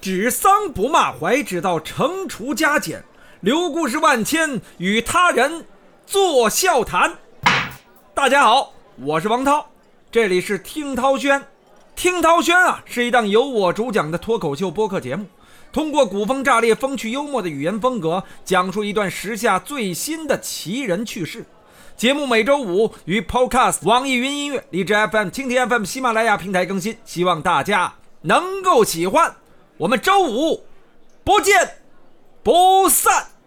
指桑不骂槐，直到惩处加减，留故事万千，与他人作笑谈。大家好，我是王涛，这里是听涛轩。听涛轩是一档由我主讲的脱口秀播客节目，通过古风炸裂、风趣幽默的语言风格，讲述一段时下最新的奇人趣事。节目每周五于 Podcast、网易云音乐、荔枝 FM、蜻蜓 FM、喜马拉雅平台更新，希望大家能够喜欢。我们周五不见不散。